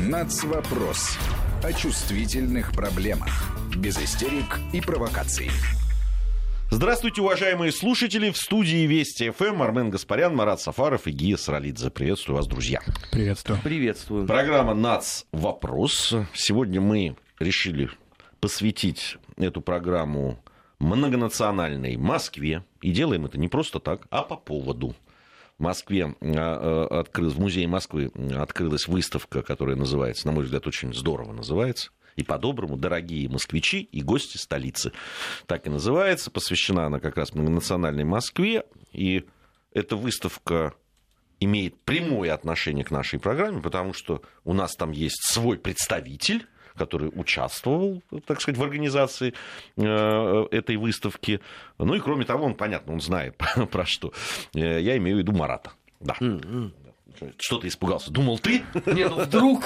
Нацвопрос. О чувствительных проблемах. Без истерик и провокаций. Здравствуйте, уважаемые слушатели. В студии Вести ФМ Армен Гаспарян, Марат Сафаров и Гия Саралидзе. Приветствую вас, друзья. Приветствую. Приветствую. Программа «Нацвопрос». Сегодня мы решили посвятить эту программу многонациональной Москве. И делаем это не просто так, а по поводу. В Москве, в Музее Москвы открылась выставка, которая называется, на мой взгляд, очень здорово называется, и по-доброму «Дорогие москвичи и гости столицы». Так и называется, посвящена она как раз многонациональной Москве, и эта выставка имеет прямое отношение к нашей программе, потому что у нас там есть свой представитель, который участвовал, так сказать, в организации этой выставки. Ну и кроме того, он, понятно, он знает про что. Я имею в виду Марата. Да. Что ты испугался? Думал, ты? Нет, ну вдруг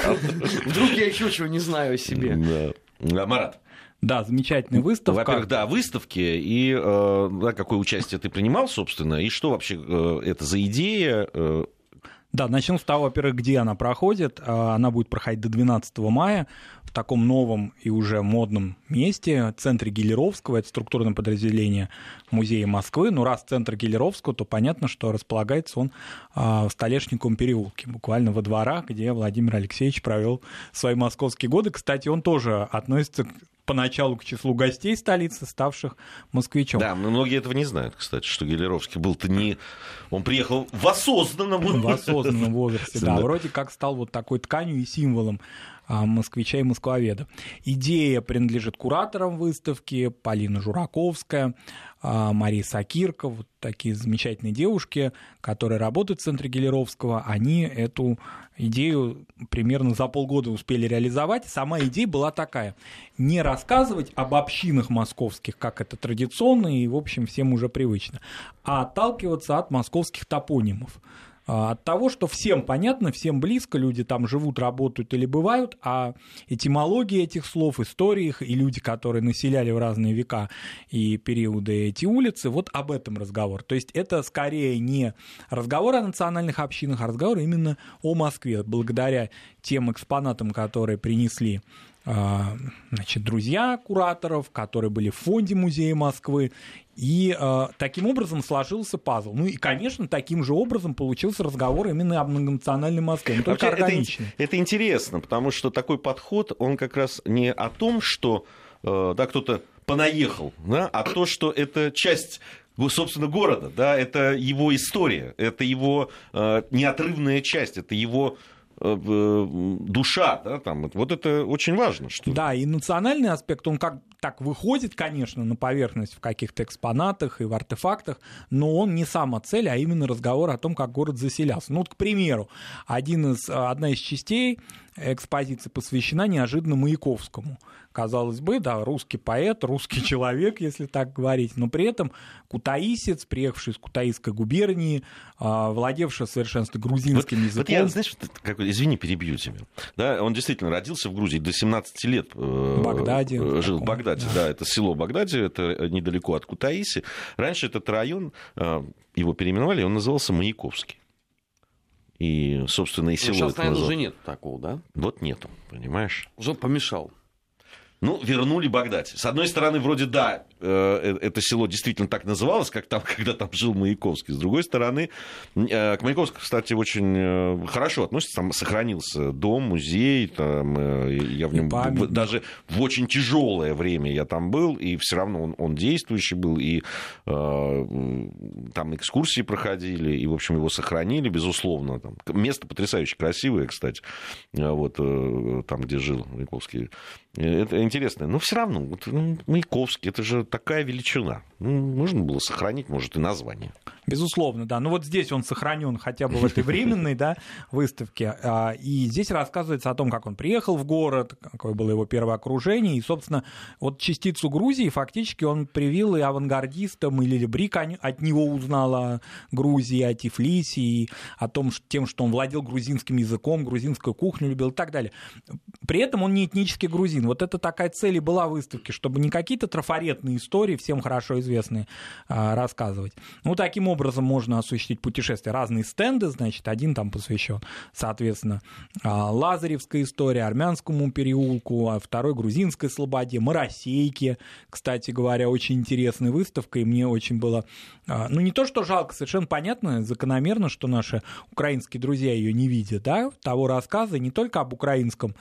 я еще чего не знаю о себе. Да. Марат. Да, замечательная выставка. Во-первых, да, выставки, и да, какое участие ты принимал, собственно, и что вообще это за идея? Да, начнем с того, во-первых, где она проходит. Она будет проходить до 12 мая в таком новом и уже модном месте, в центре Гелеровского, это структурное подразделение Музея Москвы. Но раз центр Гелеровского, то понятно, что располагается он в Столешниковом переулке, буквально во дворах, где Владимир Алексеевич провел свои московские годы. Кстати, он тоже относится поначалу к числу гостей столицы, ставших москвичом. Да, многие этого не знают, кстати, что Гелеровский был-то не... Он приехал в осознанном возрасте, да. Вроде как стал вот такой тканью и символом москвича и москвоведа. Идея принадлежит кураторам выставки: Полина Жураковская, Мария Сакирко, вот такие замечательные девушки, которые работают в центре Гелеровского. Они эту идею примерно за полгода успели реализовать. Сама идея была такая: не рассказывать об общинах московских, как это традиционно и, в общем, всем уже привычно, а отталкиваться от московских топонимов. От того, что всем понятно, всем близко, люди там живут, работают или бывают, а этимология этих слов, истории их и люди, которые населяли в разные века и периоды эти улицы, вот об этом разговор. То есть это скорее не разговор о национальных общинах, а разговор именно о Москве, благодаря тем экспонатам, которые принесли друзья кураторов, которые были в фонде Музея Москвы. И таким образом сложился пазл. Ну и, конечно, таким же образом получился разговор именно о многонациональной Москве, но только органичный. Это интересно, потому что такой подход, он как раз не о том, что да, кто-то понаехал, да, а то, что это часть, собственно, города, да, это его история, это его неотрывная часть, это его душа, да, там, вот это очень важно. Что... Да, и национальный аспект, он как так выходит, конечно, на поверхность в каких-то экспонатах и в артефактах, но он не сама цель, а именно разговор о том, как город заселялся. Ну вот, к примеру, одна из частей экспозиции посвящена неожиданно Маяковскому. Казалось бы, да, русский поэт, русский человек, если так говорить, но при этом кутаисец, приехавший из Кутаисской губернии, владевший в совершенстве грузинским языком. Вот я, знаешь, извини, перебью тебя. Да, он действительно родился в Грузии, до 17 лет в Багдаде, жил в Багдаде. Да, это село Багдаде, это недалеко от Кутаиси. Раньше этот район, его переименовали, он назывался Маяковский. И, собственно, и село сейчас, это наверное, уже нет такого, да? Вот нету, понимаешь? Уже помешал. Ну, вернули Багдад. С одной стороны, вроде да, это село действительно так называлось, как там, когда там жил Маяковский. С другой стороны, к Маяковскому, кстати, очень хорошо относятся. Там сохранился дом, музей. Там, я в нем даже в очень тяжелое время я там был, и все равно он действующий был, и там экскурсии проходили, и, в общем, его сохранили, безусловно. Там, место потрясающе красивое, кстати, вот, там, где жил Маяковский. Это интересно. Но все равно, вот, Маяковский, это же такая величина. Можно было сохранить, может, и название. Безусловно, да. Ну вот здесь он сохранен хотя бы в этой временной, да, выставке. И здесь рассказывается о том, как он приехал в город, какое было его первое окружение. И, собственно, вот частицу Грузии фактически он привил и авангардистам, и Лили Брик от него узнала о Грузии, о Тифлисе, и о том, тем, что он владел грузинским языком, грузинскую кухню любил и так далее. При этом он не этнический грузин. Вот это такая цель и была выставки, чтобы не какие-то трафаретные истории, всем хорошо известные, известные, рассказывать. Ну, таким образом можно осуществить путешествия. Разные стенды, значит, один там посвящен, соответственно, Лазаревской истории, Армянскому переулку, а второй грузинской слободе, Моросейке, кстати говоря, очень интересная выставка, и мне очень было, ну, не то что жалко, совершенно понятно, закономерно, что наши украинские друзья ее не видят, да, того рассказа не только об украинской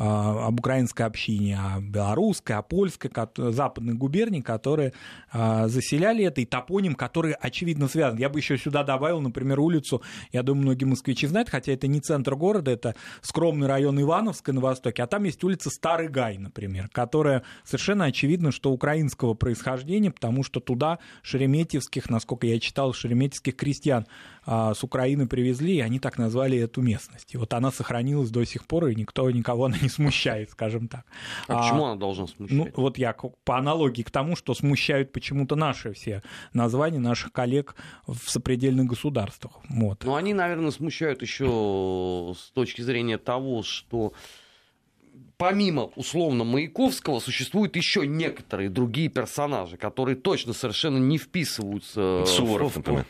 общине, а белорусской, о польской, западной губернии, которые заселяли это, и топоним, который очевидно связан. Я бы еще сюда добавил, например, улицу, я думаю, многие москвичи знают, хотя это не центр города, это скромный район Ивановска на востоке, а там есть улица Старый Гай, например, которая совершенно очевидно, что украинского происхождения, потому что туда шереметьевских, насколько я читал, шереметьевских крестьян с Украины привезли, и они так назвали эту местность. И вот она сохранилась до сих пор, и никого она не смущает, скажем так. А почему она должна смущать? Ну, вот я по аналогии к тому, что смущают почему-то наши все названия наших коллег в сопредельных государствах. Вот. Ну, они, наверное, смущают еще с точки зрения того, что помимо условно Маяковского существуют еще некоторые другие персонажи, которые точно совершенно не вписываются Суворов, например.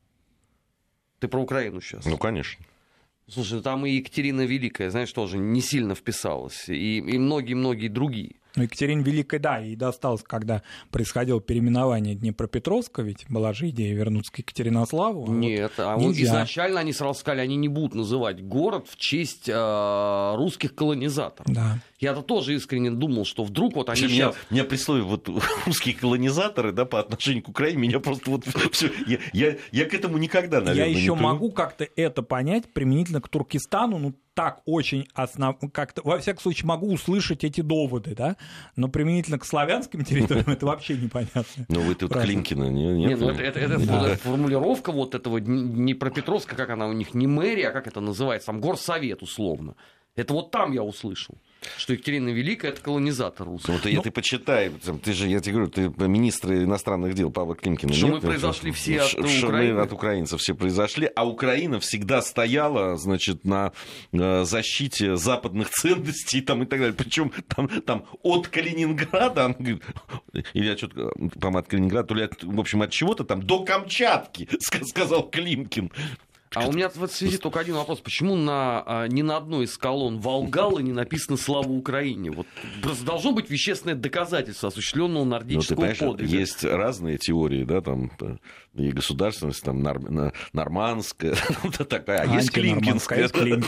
Ты про Украину сейчас? Ну, конечно. Слушай, там и Екатерина Великая, знаешь, тоже не сильно вписалась, и многие-многие другие. Ну, Екатерине Великой, да, и досталось, когда происходило переименование Днепропетровска, ведь была же идея вернуться к Екатеринославу. Нет, изначально они сразу сказали, они не будут называть город в честь русских колонизаторов. Да. Я-то тоже искренне думал, что вдруг вот они сейчас... Меня при слове вот русские колонизаторы, да, по отношению к Украине, меня просто вот все... Я к этому никогда, наверное, я еще могу как-то это понять применительно к Туркестану, ну, так очень как-то, во всяком случае, могу услышать эти доводы, да, но применительно к славянским территориям это вообще непонятно. Ну, вы тут Климкина, нет? Ну, это формулировка вот этого Днепропетровска, как она у них, не мэрия, а как это называется, там горсовет условно. Это вот там я услышал, что Екатерина Великая — это колонизатор русский. Вот ты почитай, ты же, я тебе говорю, ты министр иностранных дел Павла Климкина. Что мы произошли все от Украины. Что мы от украинцев все произошли, а Украина всегда стояла, значит, на защите западных ценностей там, и так далее. Причем там от Калининграда, или от Калининграда, то ли в общем, от чего-то там до Камчатки, сказал Климкин. А у меня в этой связи только один вопрос. Почему ни на одной из колонн Волгалы не написано «Слава Украине»? Вот просто должно быть вещественное доказательство осуществленного нордического подвига. Есть разные теории, да, там и государственность, там нормандская, такая, а есть климкинская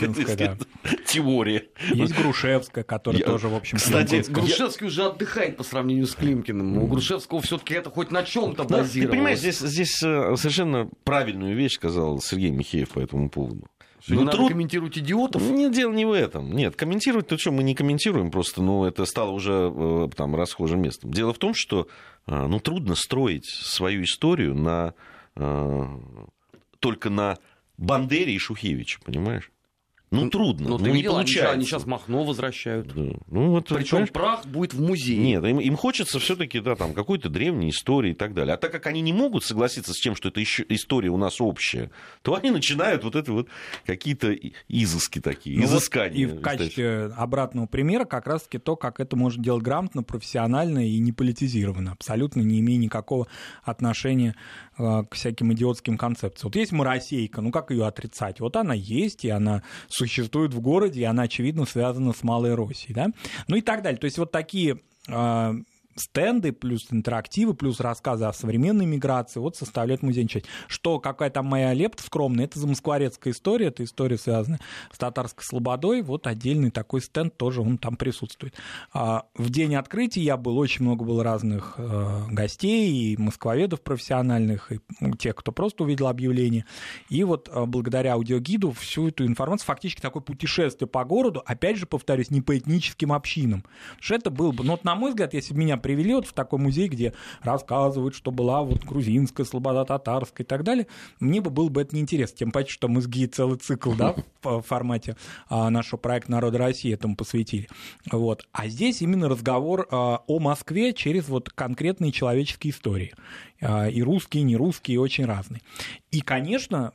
теория. Есть Грушевская, которая тоже, в общем... Кстати, Грушевский уже отдыхает по сравнению с Климкиным. У Грушевского все-таки это хоть на чем-то базировалось. Ты понимаешь, здесь совершенно правильную вещь сказал Сергей Михеев по этому поводу. Что не надо комментировать идиотов? Нет, дело не в этом. Нет, комментировать-то что, мы не комментируем просто, это стало уже там расхожим местом. Дело в том, что трудно строить свою историю только на Бандере и Шухевиче, понимаешь? Трудно, не видел, получается. Они сейчас Махно возвращают. Да. Причем прах будет в музее. Нет, им хочется все-таки, да, там какой-то древней истории и так далее. А так как они не могут согласиться с тем, что эта история у нас общая, то они начинают какие-то изыски такие, изыскания. И в качестве обратного примера как раз-таки то, как это можно делать грамотно, профессионально и не политизированно, абсолютно не имея никакого отношения к всяким идиотским концепциям. Вот есть Моросейка, как ее отрицать? Вот она есть, и она существует в городе, и она, очевидно, связана с Малой Россией, да? Ну и так далее. То есть вот такие стенды, плюс интерактивы, плюс рассказы о современной миграции, составляют музейную часть. Что, какая там моя лепта скромная, это замоскворецкая история, это история, связанная с татарской слободой, отдельный такой стенд тоже, он там присутствует. В день открытия я был, очень много было разных гостей, и москвоведов профессиональных, и тех, кто просто увидел объявление, и благодаря аудиогиду всю эту информацию, фактически такое путешествие по городу, опять же, повторюсь, не по этническим общинам, потому что это было бы, на мой взгляд, если бы меня привели в такой музей, где рассказывают, что была грузинская слобода, татарская и так далее, мне было бы это неинтересно. Тем паче, что мы с ГИ целый цикл, да, в формате нашего проекта «Народы России» этому посвятили. А здесь именно разговор о Москве через конкретные человеческие истории. И русские, и не русские, и очень разные. И, конечно,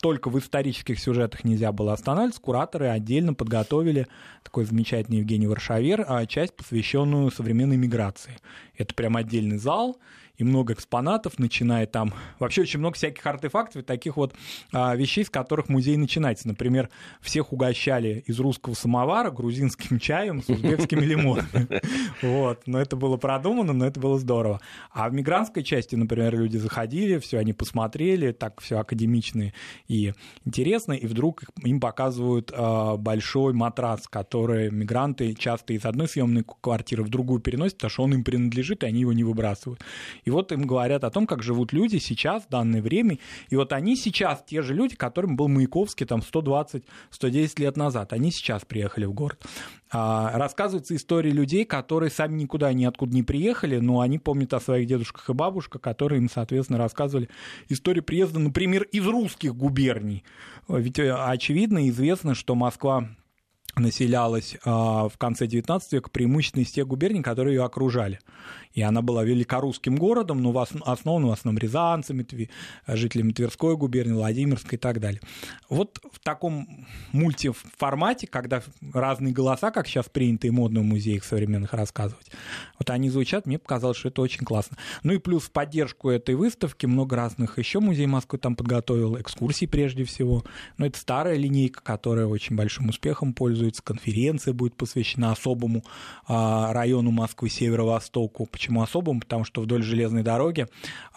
только в исторических сюжетах нельзя было останавливаться, кураторы отдельно подготовили такой замечательный Евгений Варшавер, часть, посвященную современной миграции. Это прям отдельный зал, и много экспонатов, начиная там... Вообще очень много всяких артефактов и таких вот вещей, с которых музей начинается. Например, всех угощали из русского самовара грузинским чаем с узбекскими лимонами. Вот. Но это было продумано, но это было здорово. А в мигрантской части, например, люди заходили, все они посмотрели, так все академично и интересно, и вдруг им показывают большой матрас, который мигранты часто из одной съемной квартиры в другую переносят, потому что он им принадлежит, и они его не выбрасывают. И вот им говорят о том, как живут люди сейчас, в данное время. И вот они сейчас те же люди, которым был Маяковский там 120-110 лет назад. Они сейчас приехали в город. Рассказываются истории людей, которые сами никуда ниоткуда не приехали, но они помнят о своих дедушках и бабушках, которые им, соответственно, рассказывали историю приезда, например, из русских губерний. Ведь очевидно и известно, что Москва населялась в конце XIX века преимущественно из тех губерний, которые ее окружали. И она была великорусским городом, но основана в основном рязанцами, жителями Тверской губернии, Владимирской и так далее. Вот в таком мультиформате, когда разные голоса, как сейчас принято и модно в музеях современных рассказывать, вот они звучат, мне показалось, что это очень классно. Ну и плюс в поддержку этой выставки много разных еще музей Москвы там подготовил, экскурсий прежде всего. Но это старая линейка, которая очень большим успехом пользуется. Конференция будет посвящена особому району Москвы, северо-востоку. Почему особому? Потому что вдоль железной дороги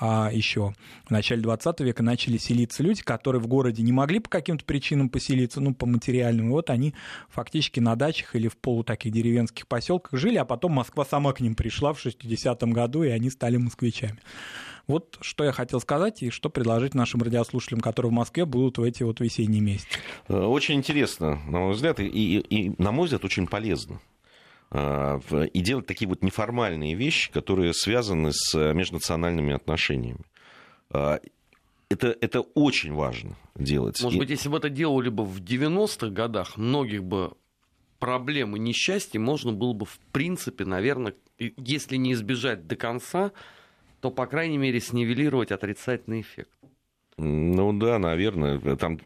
еще в начале 20 века начали селиться люди, которые в городе не могли по каким-то причинам поселиться, ну, по материальным. И вот они фактически на дачах или в полутаких деревенских поселках жили, а потом Москва сама к ним пришла в 60-м году, и они стали москвичами. Вот что я хотел сказать и что предложить нашим радиослушателям, которые в Москве будут в эти вот весенние месяцы. Очень интересно, на мой взгляд, и на мой взгляд, очень полезно. И делать такие вот неформальные вещи, которые связаны с межнациональными отношениями. Это очень важно делать. Может быть, если бы это делали бы в 90-х годах, многих бы проблем и несчастий можно было бы, в принципе, наверное, если не избежать до конца, то, по крайней мере, снивелировать отрицательный эффект. Ну да, наверное. Там,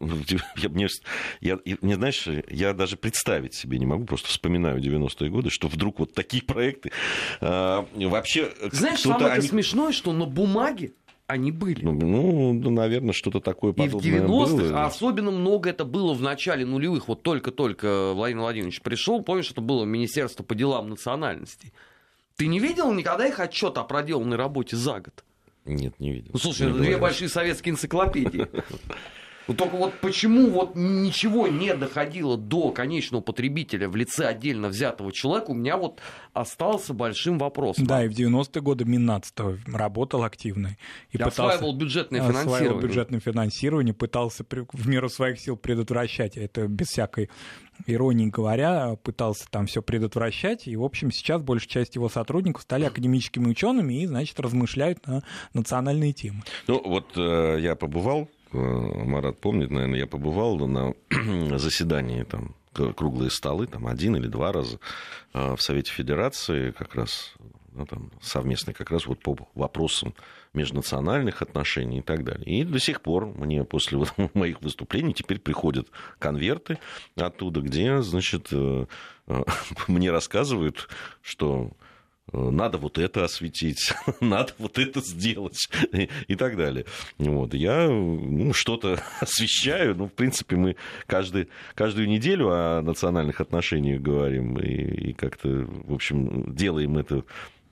знаешь, я даже представить себе не могу, просто вспоминаю 90-е годы, что вдруг вот такие проекты вообще... Знаешь, самое смешное, что на бумаге они были. Ну, наверное, что-то такое подобное было. И в 90-х особенно много это было в начале нулевых. Вот только-только Владимир Владимирович пришел, помнишь, это было Министерство по делам национальностей. Ты не видел никогда их отчет о проделанной работе за год? Нет, не видел. Ну, слушай, это две большие советские энциклопедии. Только вот почему вот ничего не доходило до конечного потребителя в лице отдельно взятого человека, у меня вот остался большим вопросом. Да, и в 90-е годы Миннацтво работал активно. И осваивал бюджетное финансирование. Пытался в меру своих сил предотвращать. Это без всякой иронии говоря, пытался там все предотвращать. И, в общем, сейчас большая часть его сотрудников стали академическими учеными и, значит, размышляют на национальные темы. Ну, вот я побывал, Марат помнит, наверное, я побывал на заседании, там, круглые столы, там, 1 или 2 раза в Совете Федерации, как раз, ну, там, совместно как раз вот по вопросам межнациональных отношений и так далее. И до сих пор мне после вот моих выступлений теперь приходят конверты оттуда, где, значит, мне рассказывают, что... надо вот это осветить, надо вот это сделать и так далее. Вот. Я что-то освещаю, в принципе, мы каждую неделю о национальных отношениях говорим и как-то, в общем, делаем это.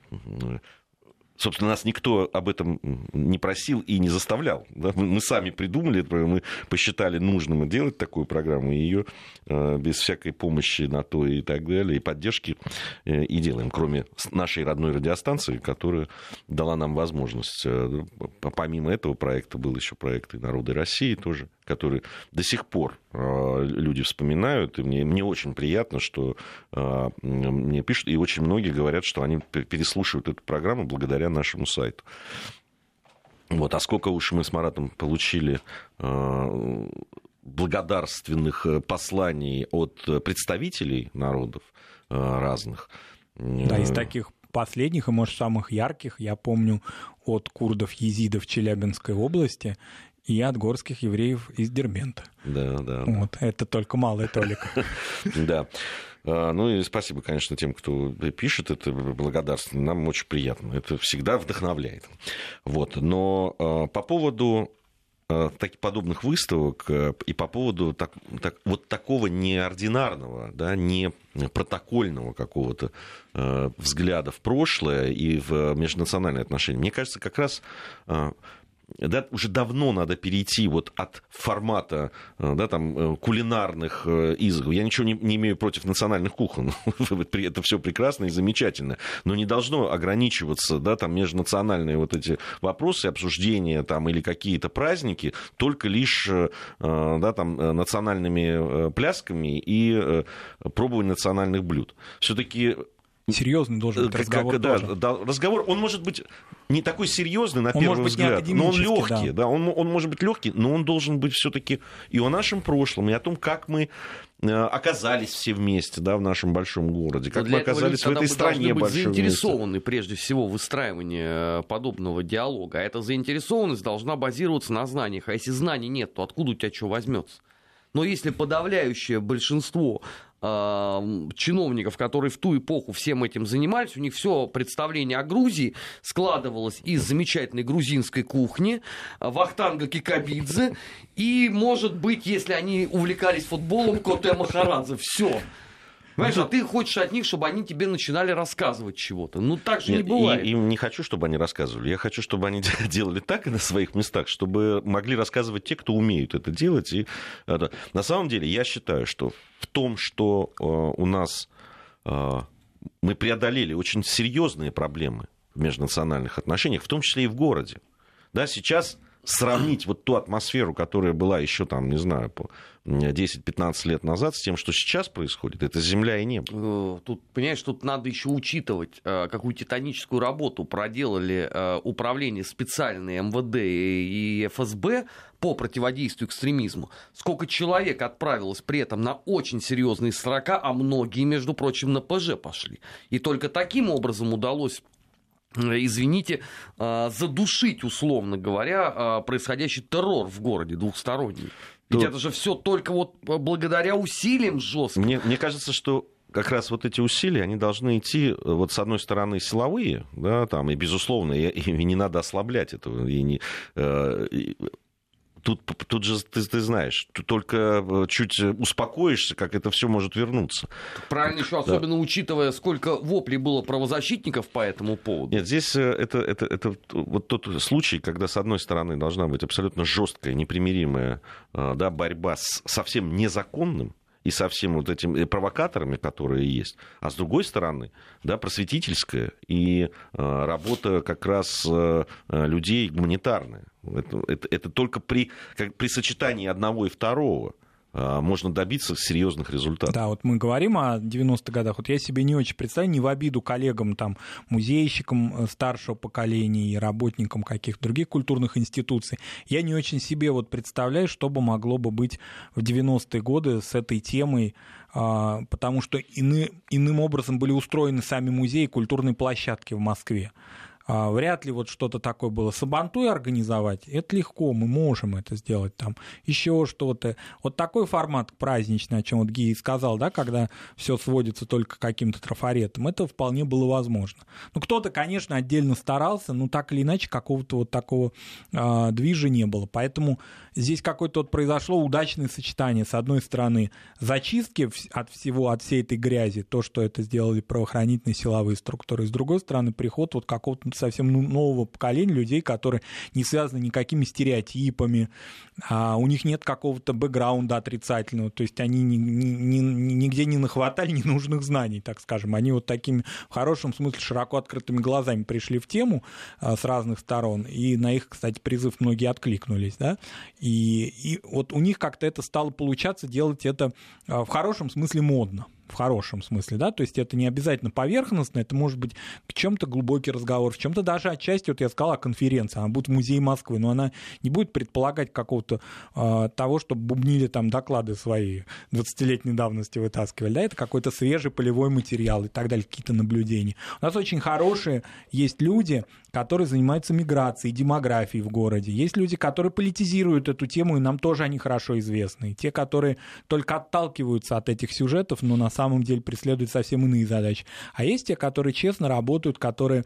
Собственно, нас никто об этом не просил и не заставлял. Да? Мы сами придумали, мы посчитали нужным делать такую программу, и ее без всякой помощи на то и так далее, и поддержки и делаем, кроме нашей родной радиостанции, которая дала нам возможность. Помимо этого проекта был еще проект и «Народы России» тоже, который до сих пор люди вспоминают, и мне очень приятно, что мне пишут, и очень многие говорят, что они переслушивают эту программу благодаря нашему сайту. Вот. А сколько уж мы с Маратом получили благодарственных посланий от представителей народов разных. Да, из таких последних и, может, самых ярких, я помню, от курдов-езидов Челябинской области И от горских евреев из Дербента. Да. Вот, это только малая толика. Да. Ну и спасибо, конечно, тем, кто пишет, это благодарственно, нам очень приятно, это всегда вдохновляет. Вот. Но по поводу подобных выставок и по поводу вот такого неординарного, да, не протокольного какого-то взгляда в прошлое и в межнациональные отношения, мне кажется, как раз... Да, уже давно надо перейти вот от формата, да, там, кулинарных изысков. Я ничего не имею против национальных кухонь. Это все прекрасно и замечательно. Но не должно ограничиваться, да, там, межнациональные вот эти вопросы, обсуждения там, или какие-то праздники только лишь, да, там, национальными плясками и пробованием национальных блюд. Все-таки серьезный должен быть разговор. Да, разговор, он может быть не такой серьезный на первый взгляд, но он легкий, да. Он может быть легкий, но он должен быть все-таки и о нашем прошлом, и о том, как мы оказались все вместе, да, в нашем большом городе, как мы оказались в этой стране большой. Заинтересованы прежде всего в выстраивании подобного диалога. А эта заинтересованность должна базироваться на знаниях. А если знаний нет, то откуда у тебя что возьмется? Но если подавляющее большинство чиновников, которые в ту эпоху всем этим занимались, у них все представление о Грузии складывалось из замечательной грузинской кухни, Вахтанга Кикабидзе и, может быть, если они увлекались футболом, Коте Махарадзе. Все. Понимаешь, а ты хочешь от них, чтобы они тебе начинали рассказывать чего-то. Ну, так же не бывает. И не хочу, чтобы они рассказывали. Я хочу, чтобы они делали так и на своих местах, чтобы могли рассказывать те, кто умеют это делать. И на самом деле, я считаю, что в том, что у нас мы преодолели очень серьезные проблемы в межнациональных отношениях, в том числе и в городе. Да, сейчас сравнить вот ту атмосферу, которая была еще, там, не знаю, 10-15 лет назад, с тем, что сейчас происходит, это земля и небо. Тут, понимаешь, тут надо еще учитывать, какую титаническую работу проделали управление специальное МВД и ФСБ по противодействию экстремизму. Сколько человек отправилось при этом на очень серьезные срока, а многие, между прочим, на ПЖ пошли. И только таким образом удалось, извините, задушить, условно говоря, происходящий террор в городе двухсторонний. Ведь это же все только вот благодаря усилиям жестким. Мне кажется, что как раз вот эти усилия, они должны идти, вот с одной стороны, силовые, да, там, и, безусловно, и не надо ослаблять этого, Тут же, ты знаешь, ты только чуть успокоишься, как это все может вернуться. Правильно, еще особенно учитывая, сколько воплей было правозащитников по этому поводу. Нет, здесь это вот тот случай, когда, с одной стороны, должна быть абсолютно жесткая, непримиримая, да, борьба с совсем незаконным и со всеми вот этими провокаторами, которые есть, а с другой стороны, да, просветительская и работа как раз людей гуманитарная. Это только при сочетании одного и второго можно добиться серьезных результатов. Да, вот мы говорим о 90-х годах. Вот я себе не очень представляю, не в обиду коллегам, там, музейщикам старшего поколения и работникам каких-то других культурных институций. Я не очень себе вот представляю, что бы могло бы быть в 90-е годы с этой темой, потому что иным образом были устроены сами музеи и культурные площадки в Москве. Вряд ли вот что-то такое было. Сабантуй организовать, это легко, мы можем это сделать, там еще что-то. Вот такой формат праздничный, о чем вот Гия сказал, да, когда все сводится только к каким-то трафаретам, это вполне было возможно. Ну, кто-то, конечно, отдельно старался, но так или иначе какого-то вот такого движа не было. Поэтому здесь какое-то вот произошло удачное сочетание. С одной стороны, зачистки от всей этой грязи, то, что это сделали правоохранительные силовые структуры. С другой стороны, приход вот какого-то совсем нового поколения людей, которые не связаны никакими стереотипами, у них нет какого-то бэкграунда отрицательного, то есть они нигде не нахватали ненужных знаний, так скажем. Они вот такими, в хорошем смысле, широко открытыми глазами пришли в тему с разных сторон, и на их, кстати, призыв многие откликнулись, да, и вот у них как-то это стало получаться, делать это в хорошем смысле модно. в хорошем смысле, да, то есть это не обязательно поверхностно, это может быть в чем-то глубокий разговор, в чем-то даже отчасти, вот я сказал, конференция, она будет в Музее Москвы, но она не будет предполагать какого-то того, чтобы бубнили там доклады свои 20-летней давности вытаскивали, да, это какой-то свежий полевой материал и так далее, какие-то наблюдения. У нас очень хорошие есть люди, которые занимаются миграцией, демографией в городе, есть люди, которые политизируют эту тему, и нам тоже они хорошо известны, и те, которые только отталкиваются от этих сюжетов, но на самом деле преследуют совсем иные задачи. А есть те, которые честно работают, которые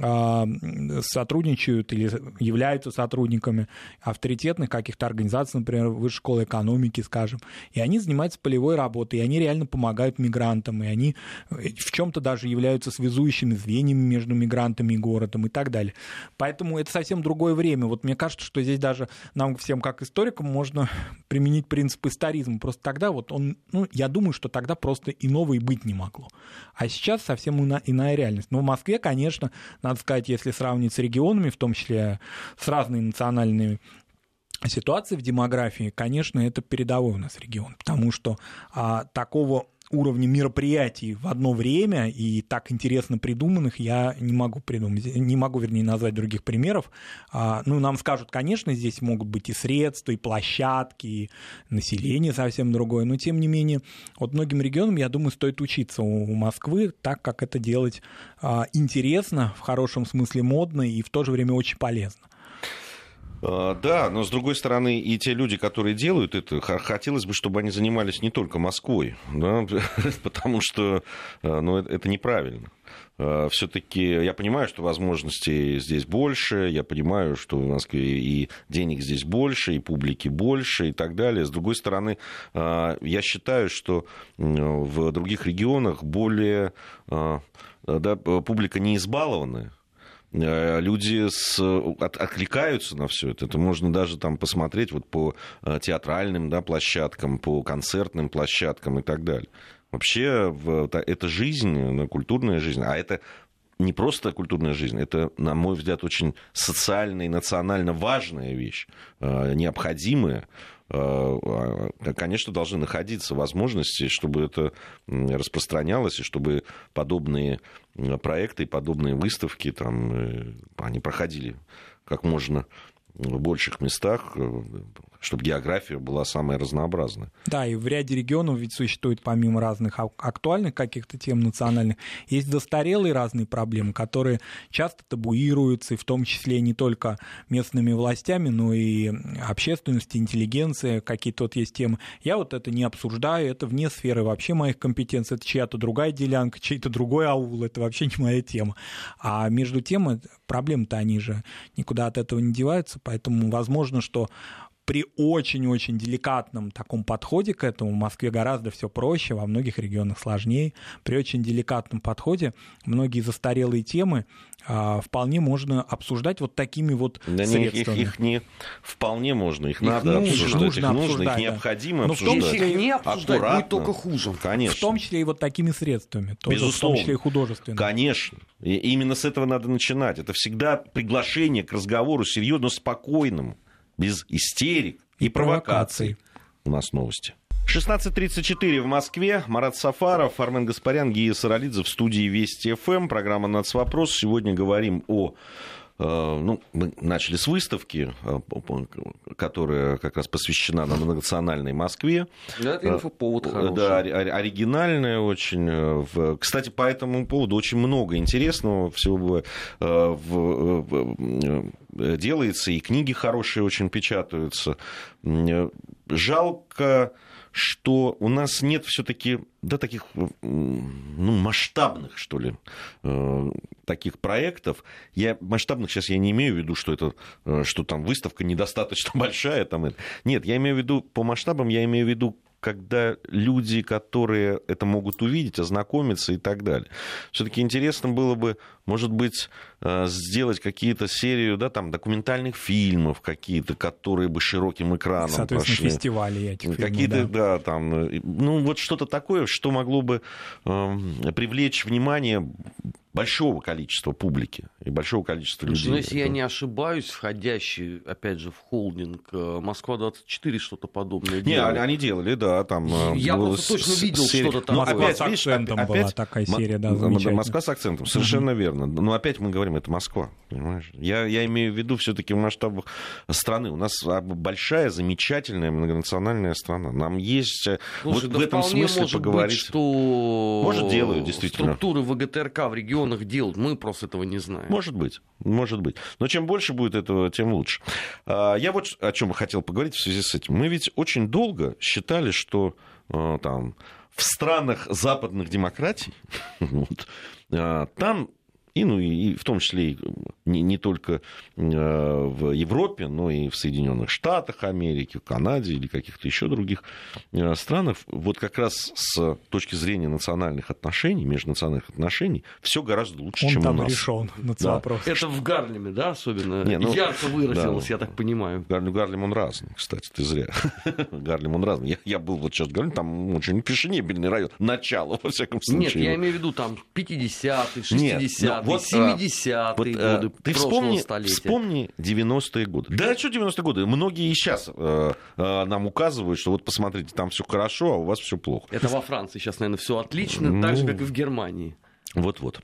сотрудничают или являются сотрудниками авторитетных каких-то организаций, например, Высшей школы экономики, скажем, и они занимаются полевой работой, и они реально помогают мигрантам, и они в чем-то даже являются связующими звеньями между мигрантами и городом и так далее. Поэтому это совсем другое время. Вот мне кажется, что здесь даже нам всем, как историкам, можно применить принцип историзма. Просто тогда вот он, я думаю, что тогда просто иного и быть не могло. А сейчас совсем иная реальность. Но в Москве, конечно, надо сказать, если сравнивать с регионами, в том числе с разными национальными ситуацией в демографии, конечно, это передовой у нас регион, потому что такого уровня мероприятий в одно время и так интересно придуманных я не могу придумать, не могу, вернее, назвать других примеров. Нам скажут, конечно, здесь могут быть и средства, и площадки, и население совсем другое, но тем не менее, вот многим регионам, я думаю, стоит учиться у Москвы так, как это делать интересно, в хорошем смысле модно и в то же время очень полезно. Да, но с другой стороны, и те люди, которые делают это, хотелось бы, чтобы они занимались не только Москвой, да, потому что это неправильно. Все-таки я понимаю, что возможностей здесь больше, я понимаю, что в Москве и денег здесь больше, и публики больше, и так далее. С другой стороны, я считаю, что в других регионах более публика не избалованная. Люди откликаются на все это. Это можно даже там посмотреть вот по театральным площадкам, по концертным площадкам и так далее. Вообще, это жизнь, культурная жизнь, а это не просто культурная жизнь, это, на мой взгляд, очень социально и национально важная вещь, необходимая. Конечно, должны находиться возможности, чтобы это распространялось, и чтобы подобные проекты, подобные выставки, они проходили как можно в больших местах, чтобы география была самая разнообразная. Да, и в ряде регионов ведь существует, помимо разных актуальных каких-то тем национальных, есть застарелые разные проблемы, которые часто табуируются, и в том числе не только местными властями, но и общественностью, интеллигенцией, какие-то вот есть темы. Я вот это не обсуждаю, это вне сферы вообще моих компетенций, это чья-то другая делянка, чей-то другой аул, это вообще не моя тема. А между тем, проблемы-то они же никуда от этого не деваются, поэтому возможно, что при очень-очень деликатном таком подходе к этому в Москве гораздо все проще, во многих регионах сложнее. При очень деликатном подходе многие застарелые темы вполне можно обсуждать вот такими вот средствами. Их не вполне можно, их надо обсуждать, их необходимо обсуждать. Если их не обсуждать, аккуратно, будет только хуже. Конечно. В том числе и вот такими средствами, тоже, безусловно. В том числе и художественными. Конечно. И именно с этого надо начинать. Это всегда приглашение к разговору серьезно, спокойному, без истерик и провокаций. У нас новости. 16:34 в Москве. Марат Сафаров, Армен Гаспарян, Гия Саралидзе в студии Вести ФМ. Программа «Нацвопрос». Сегодня говорим мы начали с выставки, которая как раз посвящена многонациональной Москве. Да, это инфоповод хороший. Да, оригинальная очень. Кстати, по этому поводу очень много интересного всего делается, и книги хорошие очень печатаются. Жалко, что у нас нет все-таки таких масштабных, что ли, таких проектов. Масштабных сейчас я не имею в виду, что там выставка недостаточно большая. Нет, я имею в виду, по масштабам я имею в виду, когда люди, которые это могут увидеть, ознакомиться и так далее. Все-таки интересно было бы, может быть, сделать какие-то серию, документальных фильмов какие-то, которые бы широким экраном прошли. Соответственно, фестивали этих фильмов. Вот что-то такое, что могло бы привлечь внимание большого количества публики и большого количества людей. Но если я не ошибаюсь, входящий, опять же, в холдинг Москва-24 что-то подобное делали. Не, они делали, да, там... Я просто точно видел что-то там. Опять, с акцентом была такая серия, да, замечательная. Москва с акцентом, совершенно верно. Но опять мы говорим, это Москва, понимаешь? Я имею в виду все-таки в масштабах страны. У нас большая, замечательная многонациональная страна. Нам есть Слушай, вот в этом смысле может поговорить. Быть, что может, делают, действительно. Структуры ВГТРК в регионах делают, мы просто этого не знаем. Может быть. Но чем больше будет этого, тем лучше. Я вот о чем хотел поговорить в связи с этим. Мы ведь очень долго считали, что там, в странах западных демократий там и в том числе и не только в Европе, но и в Соединенных Штатах Америки, в Канаде или каких-то еще других странах, вот как раз с точки зрения национальных отношений, межнациональных отношений, все гораздо лучше, чем у нас. Он там решен, вопрос. Это в Гарлеме, да, особенно ярко выразилось, я так понимаю. Гарлем он разный, кстати, ты зря. Гарлем он разный. Я был вот сейчас в Гарлеме, там очень фешенебельный район, начало, во всяком случае. Нет, я имею в виду там 50-е, 60-е. Вот, 70-е годы ты прошлого столетия. Вспомни 90-е годы. Да, что 90-е годы? Многие и сейчас нам указывают, что вот посмотрите, там все хорошо, а у вас все плохо. Это во Франции сейчас, наверное, все отлично, так же, как и в Германии. Вот.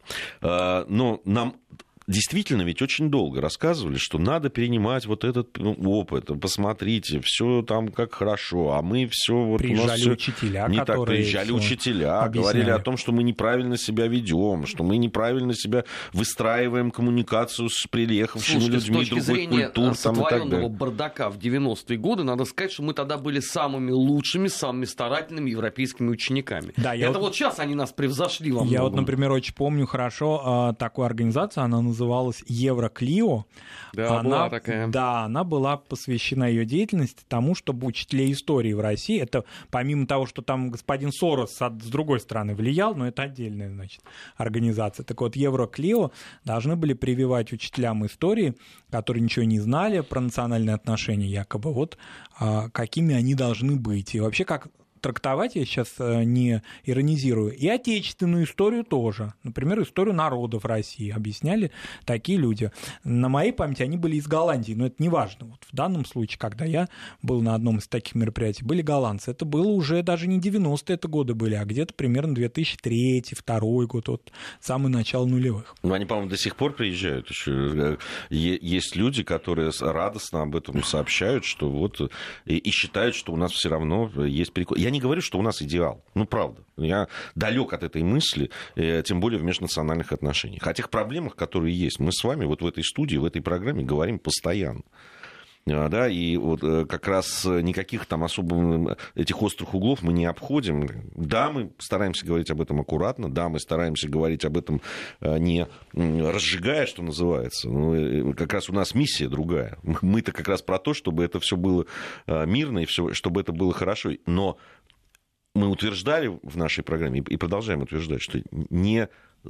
Но нам... Действительно, ведь очень долго рассказывали, что надо перенимать вот этот опыт. Посмотрите, все там как хорошо, а мы все вот приезжали у нас учителя, не которые так. Приезжали учителя, говорили о том, что мы неправильно себя ведем, что мы неправильно себя выстраиваем коммуникацию с приехавшими людьми другой культур. С точки зрения бардака в 90-е годы, надо сказать, что мы тогда были самыми лучшими, самыми старательными европейскими учениками. Да, вот сейчас они нас превзошли во многом. Я вот, например, очень помню хорошо такую организацию, она называлась Евроклио. Да, была такая. Да, она была посвящена ее деятельности тому, чтобы учителей истории в России, это помимо того, что там господин Сорос с другой стороны влиял, но это отдельная, значит, организация. Так вот, Евроклио должны были прививать учителям истории, которые ничего не знали про национальные отношения, якобы, вот какими они должны быть. И вообще, как трактовать, я сейчас не иронизирую, и отечественную историю тоже. Например, историю народов России объясняли такие люди. На моей памяти они были из Голландии, но это не важно. Вот в данном случае, когда я был на одном из таких мероприятий, были голландцы. Это было уже даже не 90-е это годы были, а где-то примерно 2003-2002 год, вот самое начало нулевых. Ну, они, по-моему, до сих пор приезжают еще. Есть люди, которые радостно об этом сообщают, что вот и считают, что у нас все равно есть перекос. Я не говорю, что у нас идеал. Ну, правда. Я далек от этой мысли, тем более в межнациональных отношениях. О тех проблемах, которые есть, мы с вами вот в этой студии, в этой программе говорим постоянно. Да, и вот как раз никаких там особо этих острых углов мы не обходим. Да, мы стараемся говорить об этом аккуратно, да, мы стараемся говорить об этом не разжигая, что называется. Но как раз у нас миссия другая. Мы-то как раз про то, чтобы это все было мирно и все, чтобы это было хорошо. Но мы утверждали в нашей программе и продолжаем утверждать, что не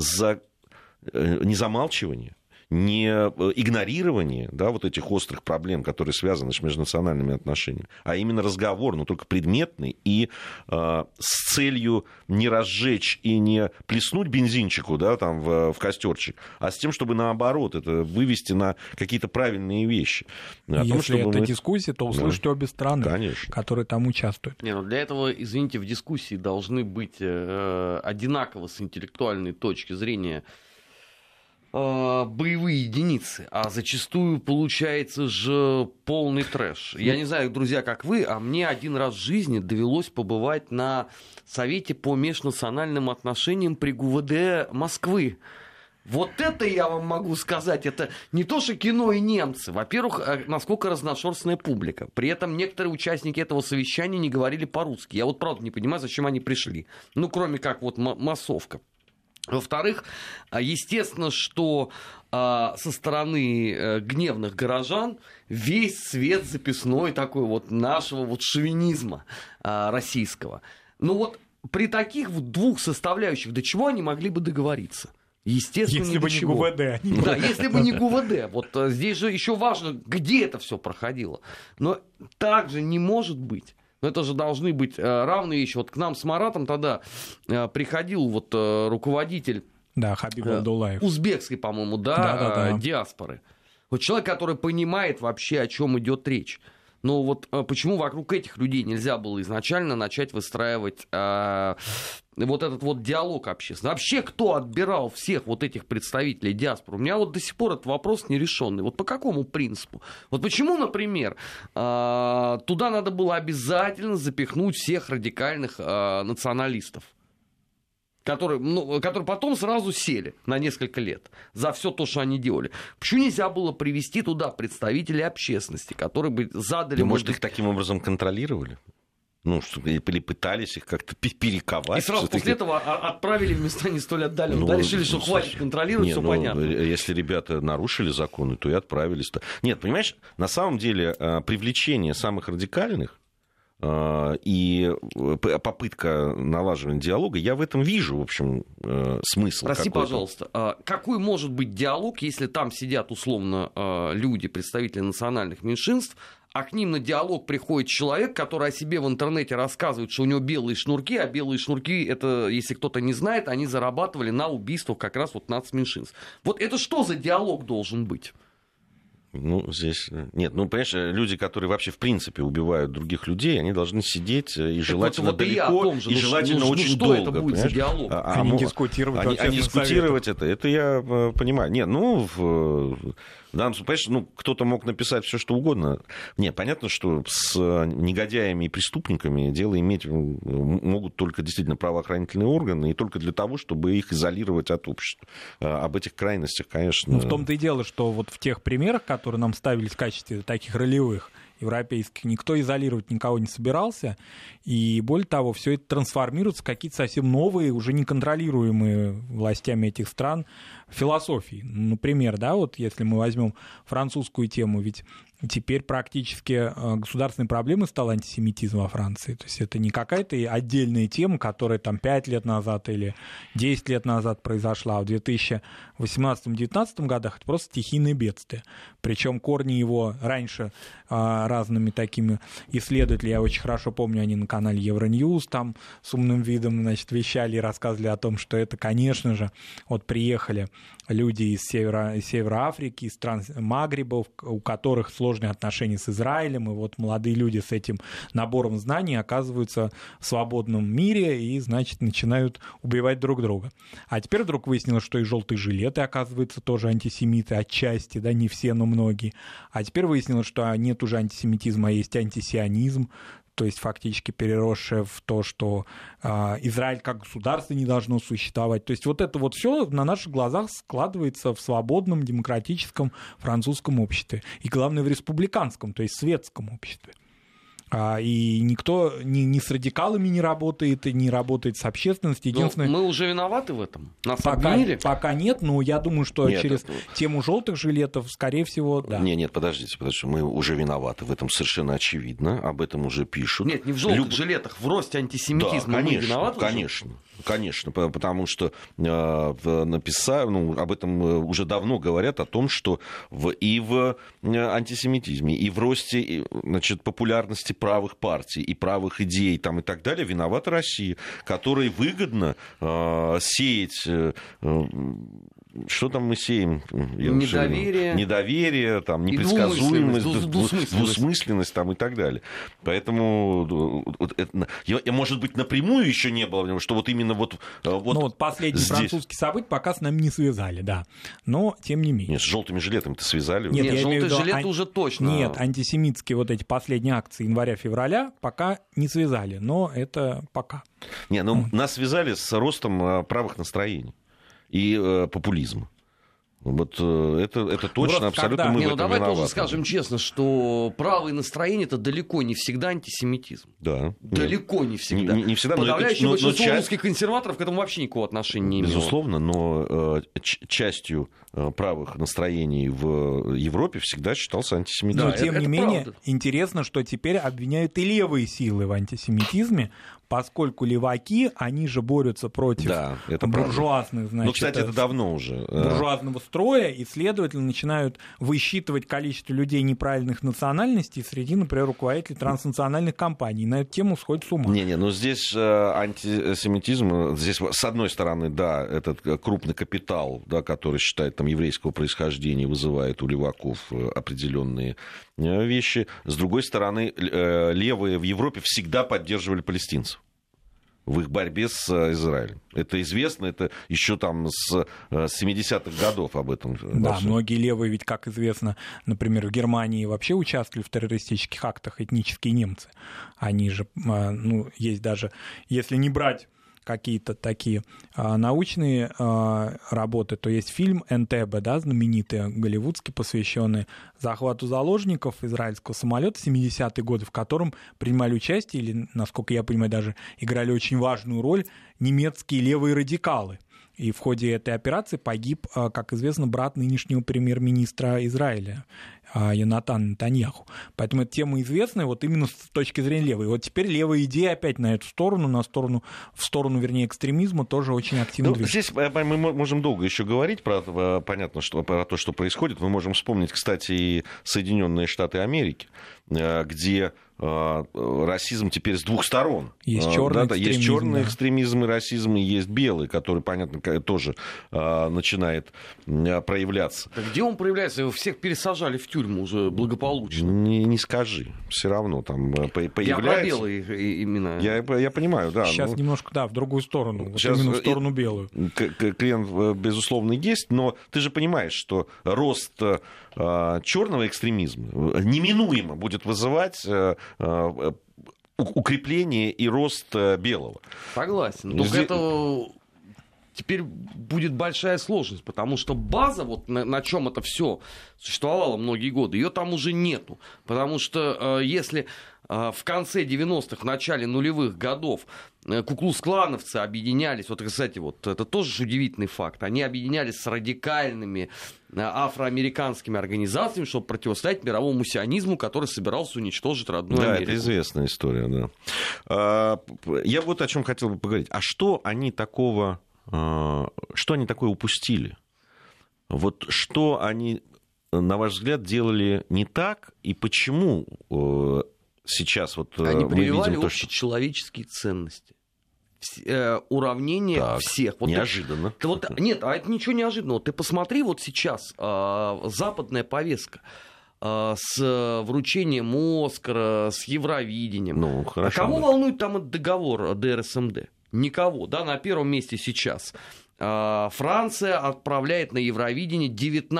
замалчивание, не игнорирование, да, вот этих острых проблем, которые связаны с межнациональными отношениями, а именно разговор, но только предметный и с целью не разжечь и не плеснуть бензинчику, да, там, в костерчик, а с тем, чтобы наоборот это вывести на какие-то правильные вещи. Если это дискуссия, то услышите обе стороны, конечно, которые там участвуют. Не, ну для этого, извините, в дискуссии должны быть одинаково с интеллектуальной точки зрения боевые единицы, а зачастую получается же полный трэш. Я не знаю, друзья, как вы, а мне один раз в жизни довелось побывать на Совете по межнациональным отношениям при ГУВД Москвы. Вот это я вам могу сказать, это не то, что кино и немцы. Во-первых, насколько разношерстная публика. При этом некоторые участники этого совещания не говорили по-русски. Я вот правда не понимаю, зачем они пришли. Ну, кроме как вот массовка. Во-вторых, естественно, что со стороны гневных горожан весь свет записной такой вот нашего вот шовинизма российского. Ну вот при таких вот двух составляющих до чего они могли бы договориться? Естественно, если бы не ГУВД. Да, если бы не ГУВД. Вот здесь же еще важно, где это все проходило. Но так же не может быть. Но это же должны быть равные вещи. Вот к нам с Маратом тогда приходил вот руководитель Да, Хабиб Абдуллаев. Узбекской, по-моему, диаспоры. Вот человек, который понимает вообще, о чем идет речь. Но вот почему вокруг этих людей нельзя было изначально начать выстраивать вот этот вот диалог общественный? Вообще, кто отбирал всех вот этих представителей диаспоры? У меня вот до сих пор этот вопрос нерешенный. Вот по какому принципу? Вот почему, например, туда надо было обязательно запихнуть всех радикальных националистов? Которые потом сразу сели на несколько лет за все то, что они делали. Почему нельзя было привести туда представителей общественности, которые бы задали... Может, их таким образом контролировали? Или пытались их как-то перековать. И сразу после этого отправили в места не столь отдаленные. Решили, что хватит контролировать, все понятно. Если ребята нарушили законы, то и отправились. Нет, понимаешь, на самом деле привлечение самых радикальных и попытка налаживания диалога, я в этом вижу, в общем, смысл. Прости, пожалуйста, какой может быть диалог, если там сидят условно люди, представители национальных меньшинств, а к ним на диалог приходит человек, который о себе в интернете рассказывает, что у него белые шнурки, а белые шнурки, это, если кто-то не знает, они зарабатывали на убийствах как раз вот нацменьшинств. Вот это что за диалог должен быть? Здесь... Нет, понимаешь, люди, которые вообще в принципе убивают других людей, они должны сидеть и желательно далеко, и желательно очень долго. Что это будет за диалог? Они дискутировать дискутировать это я понимаю. Нет, в данном случае, понимаешь, кто-то мог написать все, что угодно. Нет, понятно, что с негодяями и преступниками дело иметь могут только действительно правоохранительные органы, и только для того, чтобы их изолировать от общества. Об этих крайностях, конечно... В том-то и дело, что вот в тех примерах, которые нам ставились в качестве таких ролевых, европейских, никто изолировать никого не собирался, и более того, все это трансформируется в какие-то совсем новые, уже неконтролируемые властями этих стран философии. Например, вот если мы возьмем французскую тему, ведь теперь практически государственной проблемой стал антисемитизм во Франции. То есть это не какая-то отдельная тема, которая там 5 лет назад или 10 лет назад произошла, а в 2018-2019 годах это просто стихийное бедствие. Причем корни его раньше разными такими исследователями, я очень хорошо помню, они на канале Евроньюз там с умным видом, вещали и рассказывали о том, что это, конечно же, приехали люди из Севера Африки, из стран Магриба, у которых сложные отношения с Израилем, и молодые люди с этим набором знаний оказываются в свободном мире и, начинают убивать друг друга. А теперь вдруг выяснилось, что и желтые жилеты, оказывается, тоже антисемиты отчасти, не все, но многие. А теперь выяснилось, что нет уже антисемитизма, а есть антисионизм, то есть фактически переросшее в то, что Израиль как государство не должно существовать. То есть это все на наших глазах складывается в свободном, демократическом французском обществе. И главное, в республиканском, то есть светском обществе. И никто ни с радикалами не работает, и не работает с общественностью. Единственное, мы уже виноваты в этом? Нас пока, обвинили? Пока нет, но я думаю, что через тему желтых жилетов, скорее всего, да. Нет, подождите, мы уже виноваты, в этом совершенно очевидно, об этом уже пишут. Нет, не в желтых жилетах, в росте антисемитизма мы виноваты? Конечно, потому что об этом уже давно говорят, о том, что и в антисемитизме, и в росте популярности правых партий и правых идей и так далее виновата Россия, которой выгодно сеять... Что там мы сеем? Недоверие, непредсказуемость, двусмысленность и так далее. Поэтому, может быть, напрямую еще не было, что именно последние французские события пока с нами не связали, да. Но, тем не менее. Нет, с желтыми жилетами-то связали. Нет, желтые жилеты уже точно. Нет, антисемитские эти последние акции января-февраля пока не связали, но это пока. Нас связали с ростом правых настроений и популизма. Это точно, абсолютно мы в этом давай виноваты. тоже скажем честно, что правые настроения — это далеко не всегда антисемитизм. Да. Далеко не всегда. Не всегда. Подавляющее большинство русских консерваторов к этому вообще никакого отношения не имело. Безусловно, но частью правых настроений в Европе всегда считался антисемитизм. Но, тем не менее, интересно, что теперь обвиняют и левые силы в антисемитизме, поскольку леваки, они же борются против буржуазных, значит... Ну, кстати, это давно уже. Буржуазного строя, и, следовательно, начинают высчитывать количество людей неправильных национальностей среди, например, руководителей транснациональных компаний. На эту тему сходит с ума. Но здесь антисемитизм, здесь, с одной стороны, да, этот крупный капитал, да, который считает там еврейского происхождения, вызывает у леваков определенные вещи. С другой стороны, левые в Европе всегда поддерживали палестинцев в их борьбе с Израилем. Это известно, это еще там с 70-х годов об этом. Да, многие левые, ведь, как известно, например, в Германии вообще участвовали в террористических актах этнические немцы. Они же, есть даже, если не брать какие-то такие научные работы, то есть фильм «Энтебе», да, знаменитый, голливудский, посвященный захвату заложников израильского самолета в 70-е годы, в котором принимали участие, или, насколько я понимаю, даже играли очень важную роль немецкие левые радикалы. И в ходе этой операции погиб, как известно, брат нынешнего премьер-министра Израиля, Йонатан Нетаньяху. Поэтому эта тема известная вот именно с точки зрения левой. И вот теперь левая идея опять на эту сторону, в сторону, экстремизма тоже очень активно движется. Здесь мы можем долго еще говорить про то, что происходит. Мы можем вспомнить, кстати, и Соединенные Штаты Америки, где расизм теперь с двух сторон. Есть черный экстремизм. Есть черный экстремизм и расизм, и есть белый, который, понятно, тоже начинает проявляться. Да где он проявляется? Его всех пересажали в тюрьму уже благополучно. Не скажи. Все равно там появляется... Я про белые имена. Я понимаю, да. Сейчас немножко, в другую сторону. Сейчас именно в сторону белую. Клиент, безусловно, есть, но ты же понимаешь, что рост черного экстремизма неминуемо будет вызывать укрепление и рост белого. Согласен. Только это теперь будет большая сложность, потому что база, вот на чем это все существовало многие годы, ее там уже нету. Потому что если в конце 90-х, в начале нулевых годов куклукс-клановцы объединялись, вот, кстати, вот это тоже удивительный факт, они объединялись с радикальными афроамериканскими организациями, чтобы противостоять мировому сионизму, который собирался уничтожить родную Америку. Да, это известная история, да. Я вот о чем хотел бы поговорить. А что они такое упустили? Вот что они, на ваш взгляд, делали не так, и почему сейчас вот они мы прививали видим общечеловеческие ценности. Уравнение всех. Вот неожиданно. Нет, а это ничего неожиданного. Ты посмотри вот сейчас западная повестка с вручением Оскара, с Евровидением. А кого волнует там этот договор ДРСМД? Никого. Да, на первом месте сейчас Франция отправляет на Евровидение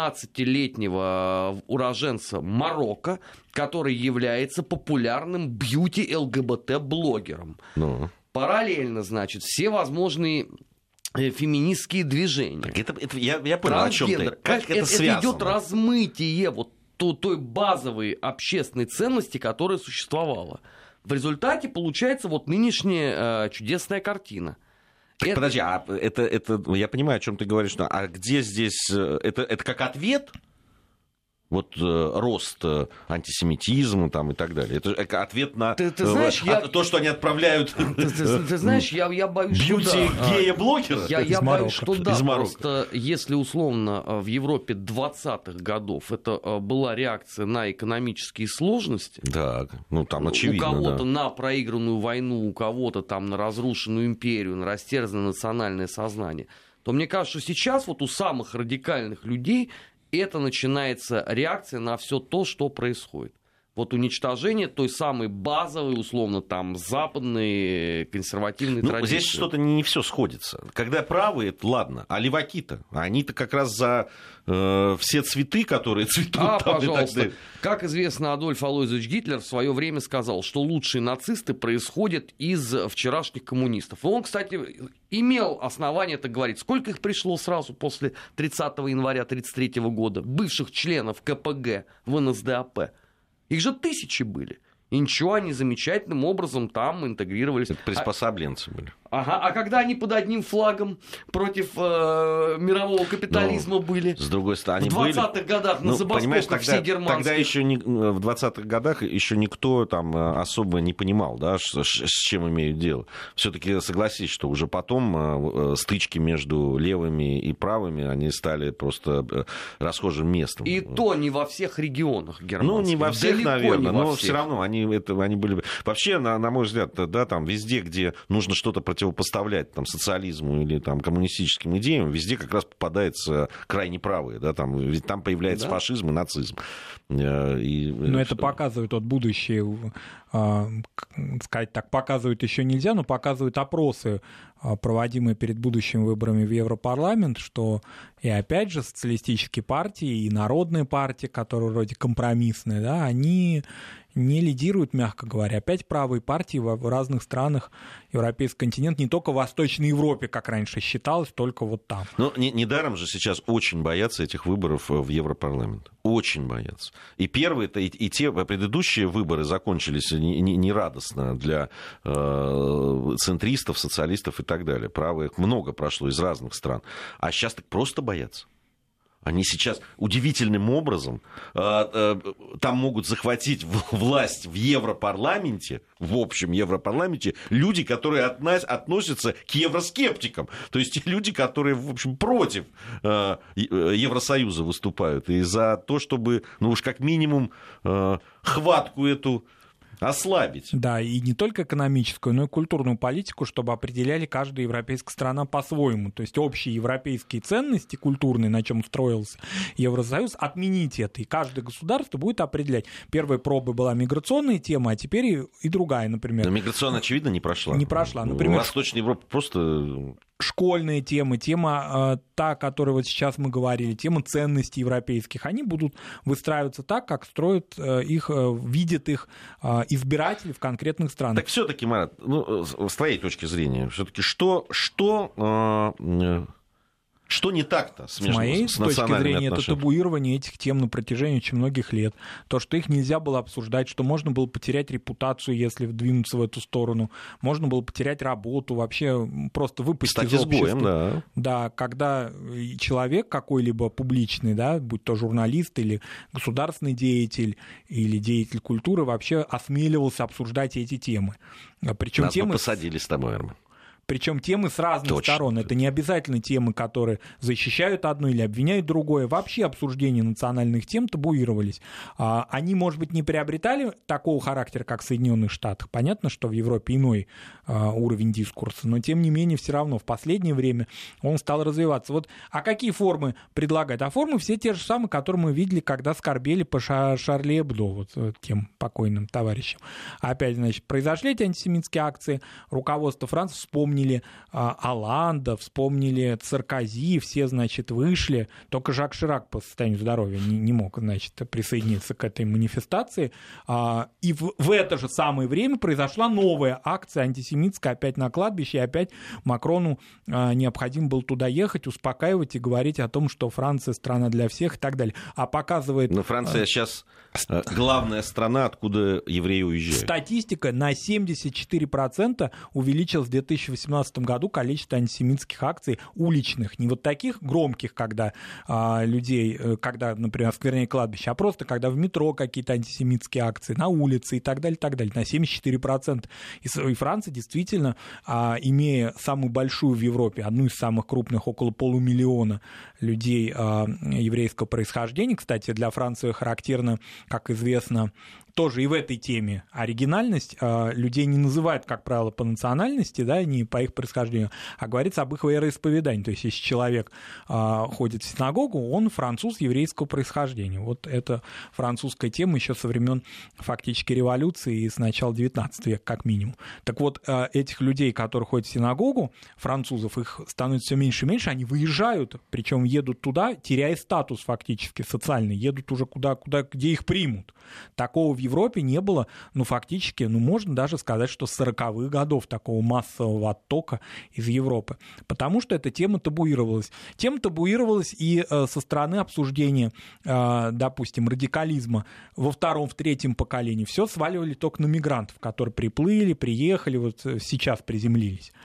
19-летнего уроженца Марокко, который является популярным бьюти-ЛГБТ-блогером. Параллельно, значит, все возможные феминистские движения. Я понял, о чем ты. Как это связано? Это идет размытие вот той базовой общественной ценности, которая существовала. В результате получается вот нынешняя чудесная картина. Подожди, это я понимаю, о чем ты говоришь, но а где здесь это как ответ? Вот рост антисемитизма там, и так далее. Это ответ на ты знаешь, то, что они отправляют. Ты знаешь, я боюсь, что да. Бьюти-гея-блогера? Я боюсь, что да. Просто если условно в Европе 20-х годов это была реакция на экономические сложности. Так, там очевидно. У кого-то на проигранную войну, у кого-то там на разрушенную империю, на растерзанное национальное сознание, то мне кажется, что сейчас вот у самых радикальных людей это начинается реакция на все то, что происходит. Вот уничтожение той самой базовой, условно, там, западной консервативной традиции. Здесь что-то не все сходится. Когда правые, это ладно, а леваки-то, они-то как раз за все цветы, которые цветут там, пожалуйста. И так далее. Как известно, Адольф Алойзович Гитлер в свое время сказал, что лучшие нацисты происходят из вчерашних коммунистов. И он, кстати, имел основание это говорить. Сколько их пришло сразу после 30 января 1933 года, бывших членов КПГ в НСДАП? Их же тысячи были. И ничего, они замечательным образом там интегрировались. Это приспособленцы были. Ага, а когда они под одним флагом против мирового капитализма были? С другой стороны, в 20-х годах на забастовках все германские. Тогда еще в 20-х годах еще никто там особо не понимал, да, с чем имеют дело. Все-таки согласись, что уже потом стычки между левыми и правыми, они стали просто расхожим местом. И то не во всех регионах германских. Ну, не во всех, наверное, но всех. все равно они были... Вообще, на мой взгляд, да, там везде, где нужно что-то противопоставлять там, социализму или там, коммунистическим идеям, везде как раз попадаются крайне правые. Да, там, ведь там появляется фашизм и нацизм. Но это показывает вот будущее, сказать так, показывает еще нельзя, но показывают опросы, проводимые перед будущими выборами в Европарламент, что и опять же социалистические партии, и народные партии, которые вроде компромиссные, да, они не лидируют, мягко говоря. Опять правые партии в разных странах европейского континента, не только в Восточной Европе, как раньше считалось, только вот там. Но недаром же сейчас очень боятся этих выборов в Европарламент. Очень боятся. И первые-то, и те предыдущие выборы закончились нерадостно для центристов, социалистов и так далее. Правых много прошло из разных стран. А сейчас так просто боятся. Они сейчас удивительным образом там могут захватить власть в Европарламенте, в общем Европарламенте, люди, которые относятся к евроскептикам. То есть те люди, которые, в общем, против Евросоюза выступают. И за то, чтобы, ну уж как минимум, хватку эту ослабить. Да, и не только экономическую, но и культурную политику, чтобы определяли каждая европейская страна по-своему. То есть общие европейские ценности культурные, на чем строился Евросоюз, отменить это. И каждое государство будет определять. Первой пробой была миграционная тема, а теперь и другая, например. Но миграционная, очевидно, не прошла. Не прошла. Например, Восточная Европа просто... Школьные темы, тема та, о которой вот сейчас мы говорили, тема ценностей европейских, они будут выстраиваться так, как строят их, видят их избиратели в конкретных странах. Так все-таки, Марат, ну, с твоей точки зрения, все-таки что не так-то с моей точки зрения, это отношениями? табуирование этих тем на протяжении очень многих лет. То, что их нельзя было обсуждать, что можно было потерять репутацию, если двинуться в эту сторону, можно было потерять работу, вообще просто выпасть из общества. Стать изгоем, да. Да, когда человек какой-либо публичный, да, будь то журналист или государственный деятель, или деятель культуры, вообще осмеливался обсуждать эти темы. Причем Нас темы... посадили с тобой, Армен. Причем темы с разных сторон. Это не обязательно темы, которые защищают одно или обвиняют другое. Вообще обсуждения национальных тем табуировались. Они, может быть, не приобретали такого характера, как в Соединенных Штатах. Понятно, что в Европе иной уровень дискурса, но тем не менее все равно в последнее время он стал развиваться. Вот, а какие формы предлагать? А формы все те же самые, которые мы видели, когда скорбели по Шарли Эбдо, вот тем покойным товарищам. Опять, значит, произошли эти антисемитские акции, руководство Франции вспомнили Оланда, вспомнили Саркози, все, значит, вышли. Только Жак Ширак по состоянию здоровья не мог, значит, присоединиться к этой манифестации. И в это же самое время произошла новая акция антисемитская опять на кладбище, и опять Макрону необходимо было туда ехать, успокаивать и говорить о том, что Франция страна для всех и так далее. А показывает... Но Франция сейчас главная страна, откуда евреи уезжают. Статистика на 74% увеличилась в 2018 году количество антисемитских акций уличных, не вот таких громких, когда людей, когда, например, осквернение кладбища, а просто когда в метро какие-то антисемитские акции, на улице и так далее, на 74%. И Франция действительно, имея самую большую в Европе, одну из самых крупных, около 500 000 людей еврейского происхождения, кстати, для Франции характерно, как известно, тоже и в этой теме оригинальность. Людей не называют, как правило, по национальности, да, не по их происхождению, а говорится об их вероисповедании. То есть, если человек ходит в синагогу, он француз еврейского происхождения. Вот это французская тема еще со времен фактически революции и с начала XIX века, как минимум. Так вот, этих людей, которые ходят в синагогу, французов, их становится все меньше и меньше, они выезжают, причем едут туда, теряя статус фактически социальный, едут уже куда, где их примут. Такого в Европе не было, фактически, можно даже сказать, что с 40-х годов такого массового оттока из Европы. Потому что эта тема табуировалась. Тема табуировалась и со стороны обсуждения, допустим, радикализма во втором, в третьем поколении. Все сваливали только на мигрантов, которые приплыли, приехали, вот сейчас приземлились.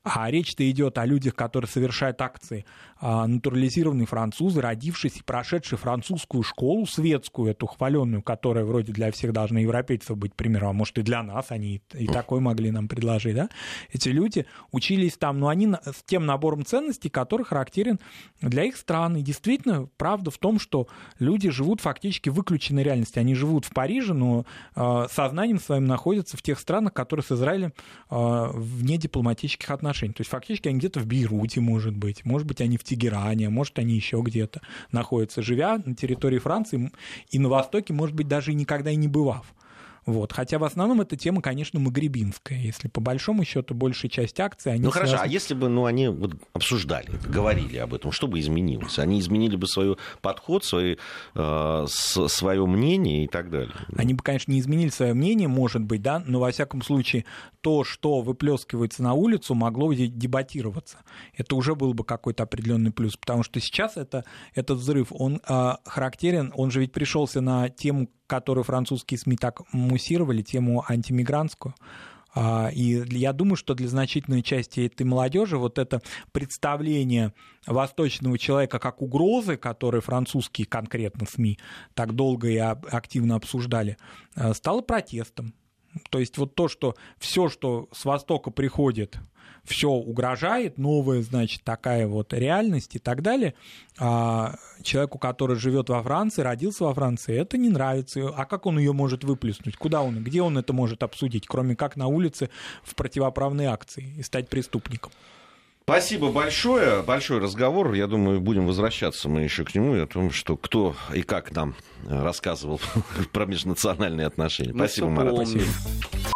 А речь-то идет о людях, которые совершают акции, натурализированные французы, родившись и прошедшие французскую школу светскую, эту хваленную, которая вроде для всех должна европейцев быть примером, а может и для нас, они и такой могли нам предложить, да? Эти люди учились там, но они с тем набором ценностей, который характерен для их стран. И действительно, правда в том, что люди живут фактически в выключенной реальности. Они живут в Париже, но сознанием своим находятся в тех странах, которые с Израилем вне дипломатических отношений. То есть фактически они где-то в Бейруте, может быть они в Тегеране, может они еще где-то находятся, живя на территории Франции и на Востоке, может быть, даже никогда и не бывав. Вот. Хотя в основном эта тема, конечно, магрибинская. Если по большому счету большая часть акций... Они хорошо, связаны... а если бы они обсуждали, говорили об этом, что бы изменилось? Они изменили бы свой подход, свое мнение и так далее? Они бы, конечно, не изменили свое мнение, может быть, да, но во всяком случае то, что выплескивается на улицу, могло дебатироваться. Это уже был бы какой-то определенный плюс, потому что сейчас этот взрыв, он характерен, он же ведь пришелся на тему, которую французские СМИ так муссировали, тему антимигрантскую. И я думаю, что для значительной части этой молодежи вот это представление восточного человека как угрозы, которые французские конкретно СМИ так долго и активно обсуждали, стало протестом. То есть вот то, что все, что с Востока приходит, все угрожает, новая, значит, такая вот реальность и так далее, человеку, который живет во Франции, родился во Франции, это не нравится. А как он ее может выплеснуть? Где он это может обсудить, кроме как на улице в противоправной акции и стать преступником? Спасибо большое. Большой разговор. Я думаю, будем возвращаться мы еще к нему и о том, что кто и как нам рассказывал про межнациональные отношения. Спасибо, Марат. Спасибо.